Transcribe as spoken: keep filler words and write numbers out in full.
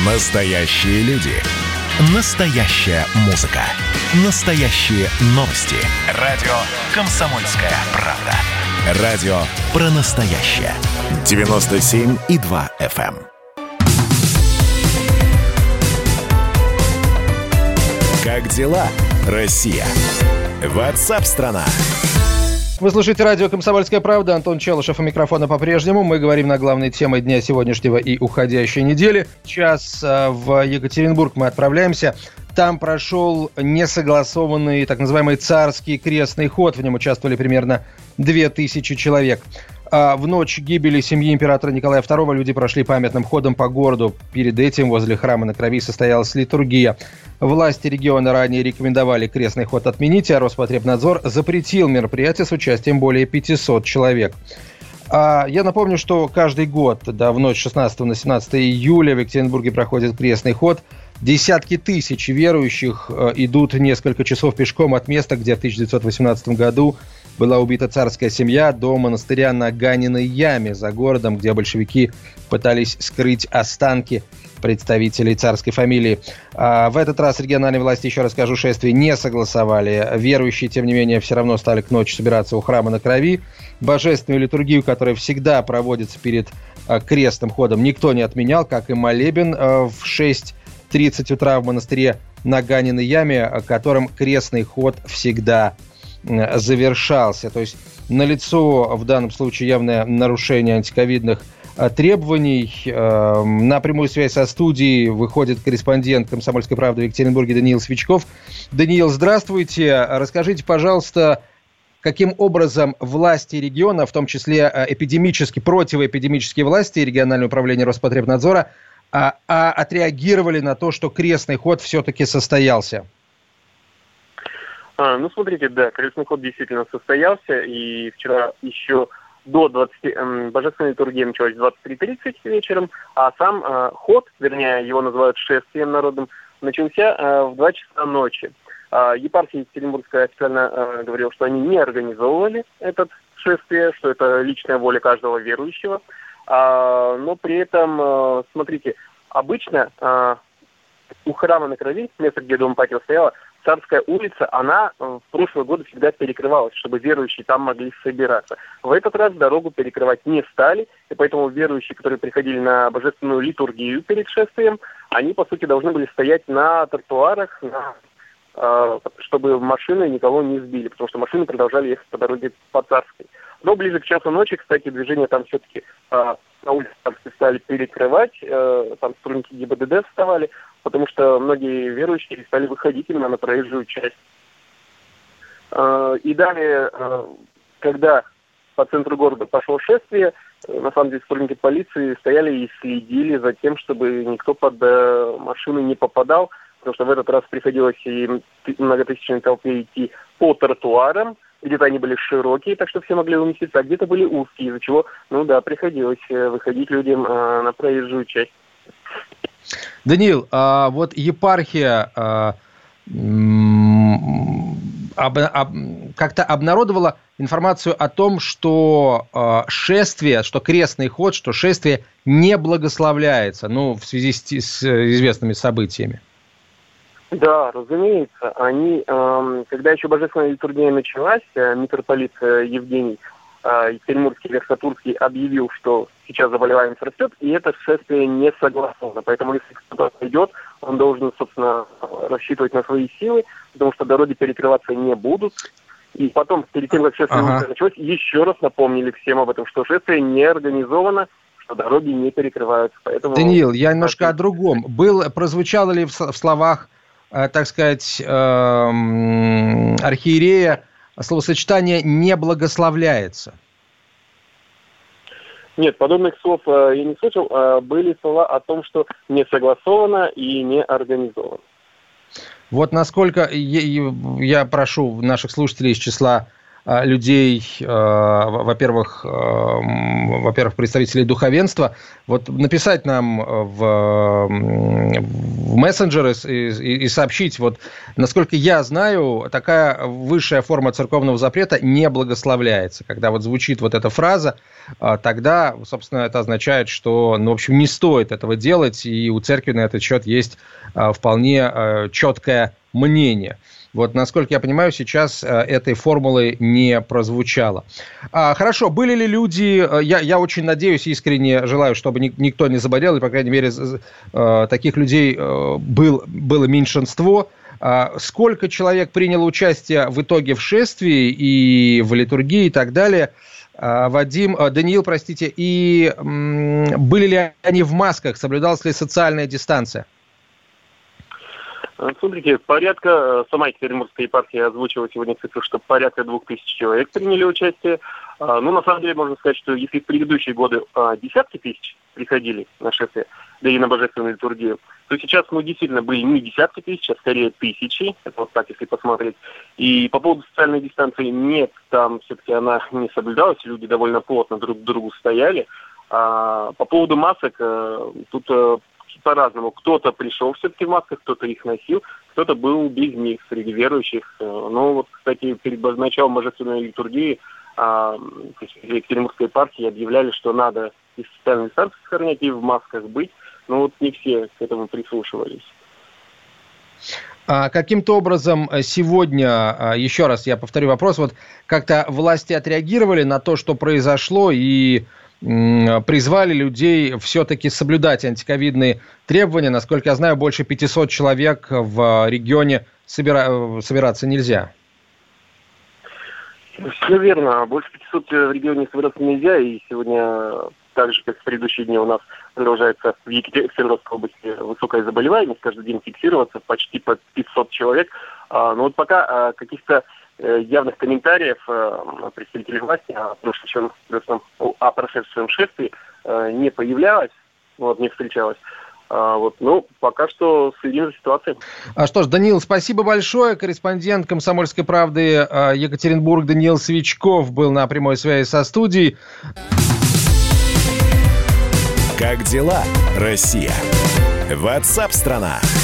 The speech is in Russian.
Настоящие люди. Настоящая музыка. Настоящие новости. Радио «Комсомольская правда». Радио про настоящее. девяносто семь и два эф эм. Как дела, Россия? Ватсап-страна! Вы слушаете радио «Комсомольская правда». Антон Челышев у микрофона по-прежнему. Мы говорим на главные темы дня сегодняшнего и уходящей недели. Сейчас в Екатеринбург мы отправляемся. Там прошел несогласованный так называемый царский крестный ход. В нем участвовали примерно две тысячи человек. В ночь гибели семьи императора Николая второго люди прошли памятным ходом по городу. Перед этим возле храма на Крови состоялась литургия. Власти региона ранее рекомендовали крестный ход отменить, а Роспотребнадзор запретил мероприятие с участием более пятисот человек. А я напомню, что каждый год, да, в ночь шестнадцатого на семнадцатое июля в Екатеринбурге проходит крестный ход. Десятки тысяч верующих э, идут несколько часов пешком от места, где в тысяча девятьсот восемнадцатом году была убита царская семья, до монастыря на Ганиной яме за городом, где большевики пытались скрыть останки представителей царской фамилии. А в этот раз региональные власти, еще раз скажу, шествие не согласовали. Верующие, тем не менее, все равно стали к ночи собираться у храма на Крови. Божественную литургию, которая всегда проводится перед а, крестным ходом, никто не отменял, как и молебен а, в шесть тридцать утра в монастыре на Ганиной яме, которым крестный ход всегда завершался. То есть налицо в данном случае явное нарушение антиковидных требований. На прямую связь со студией выходит корреспондент «Комсомольской правды» в Екатеринбурге Даниил Свичков. Даниил, здравствуйте. Расскажите, пожалуйста, каким образом власти региона, в том числе эпидемические, противоэпидемические власти регионального управления Роспотребнадзора, а, а отреагировали на то, что крестный ход все-таки состоялся? А, ну, смотрите, да, крестный ход действительно состоялся, и вчера еще до двадцати, эм, божественная литургия началась в двадцать три тридцать вечером, а сам э, ход, вернее, его называют шествием народным, начался э, в два часа ночи. Э, епархия Екатеринбургская официально э, говорила, что они не организовывали этот шествие, что это личная воля каждого верующего. А, но при этом, а, смотрите, обычно а, у храма на Крови, место, где Дом Ипатьева стояла, Царская улица, она в прошлые годы всегда перекрывалась, чтобы верующие там могли собираться. В этот раз дорогу перекрывать не стали, и поэтому верующие, которые приходили на божественную литургию перед шествием, они, по сути, должны были стоять на тротуарах, на, а, чтобы машины никого не сбили, потому что машины продолжали ехать по дороге по Царской. Но ближе к часу ночи, кстати, движение там все-таки э, на улице стали перекрывать, э, там сотрудники ГИБДД вставали, потому что многие верующие стали выходить именно на проезжую часть. Э, и далее, э, когда по центру города пошло шествие, э, на самом деле сотрудники полиции стояли и следили за тем, чтобы никто под э, машины не попадал, потому что в этот раз приходилось и многотысячной толпе идти по тротуарам. Где-то они были широкие, так что все могли уместиться, а где-то были узкие, из-за чего, ну да, приходилось выходить людям а, на проезжую часть. Даниил, а вот епархия а, м, об, об, как-то обнародовала информацию о том, что а, шествие, что крестный ход, что шествие не благословляется, ну, в связи с, с известными событиями. Да, разумеется. Они, э, когда еще божественная литургия началась, э, митрополит э, Евгений э, Екатеринбургский, Верхотурский объявил, что сейчас заболеваемость растет, и это шествие не согласовано. Поэтому, если кто-то идет, он должен, собственно, рассчитывать на свои силы, потому что дороги перекрываться не будут. И потом, перед тем, как шествие ага. началось, еще раз напомнили всем об этом, что шествие не организовано, что дороги не перекрываются. Поэтому... Даниил, я немножко о другом. Был, прозвучало ли в, в словах, так сказать, архиерея словосочетание «не благословляется»? Нет, подобных слов я не слышал. Были слова о том, что не согласовано и не организовано. Вот насколько я прошу наших слушателей из числа людей, во-первых, во-первых, представителей духовенства, вот написать нам в, в мессенджеры и, и сообщить, вот, насколько я знаю, такая высшая форма церковного запрета не благословляется. Когда вот звучит вот эта фраза, тогда, собственно, это означает, что, ну, в общем, не стоит этого делать, и у церкви на этот счет есть вполне четкое мнение. Вот, насколько я понимаю, сейчас этой формулы не прозвучало. А, хорошо, были ли люди, я, я очень надеюсь, искренне желаю, чтобы ни, никто не заболел, и, по крайней мере, таких людей был, было меньшинство. А, сколько человек приняло участие в итоге в шествии и в литургии и так далее? А, Вадим, Даниил, простите, и м, были ли они в масках, соблюдалась ли социальная дистанция? Смотрите, порядка, сама Екатеринбургская епархия озвучила сегодня цифру, что порядка двух тысяч человек приняли участие. Ну, на самом деле, можно сказать, что если в предыдущие годы десятки тысяч приходили на шествие, да и на божественную литургию, то сейчас, ну, действительно, были не десятки тысяч, а скорее тысячи. Это вот так, если посмотреть. И по поводу социальной дистанции нет, там все-таки она не соблюдалась, люди довольно плотно друг к другу стояли. А по поводу масок, тут по-разному. Кто-то пришел все-таки в масках, кто-то их носил, кто-то был без них среди верующих. Но вот, кстати, перед началом божественной литургии а, Екатеринбургской епархии объявляли, что надо и социальную дистанцию сохранять, и в масках быть. Но вот не все к этому прислушивались. А каким-то образом сегодня, еще раз я повторю вопрос, вот как-то власти отреагировали на то, что произошло, и призвали людей все-таки соблюдать антиковидные требования. Насколько я знаю, больше пятьсот человек в регионе собира... собираться нельзя. Все верно. Больше пятисот в регионе собираться нельзя. И сегодня, так же, как в предыдущие дни, у нас продолжается в Екатеринбургской области высокая заболеваемость. Каждый день фиксироваться почти по пятьсот человек. Но вот пока каких-то явных комментариев представителей власти о прошедшем, о прошедшем шествии не появлялось, вот, не встречалось. Вот, ну, пока что следим за ситуацией. А что ж, Даниил, спасибо большое. Корреспондент «Комсомольской правды» Екатеринбург Даниил Свечков был на прямой связи со студией. Как дела, Россия? WhatsApp-страна.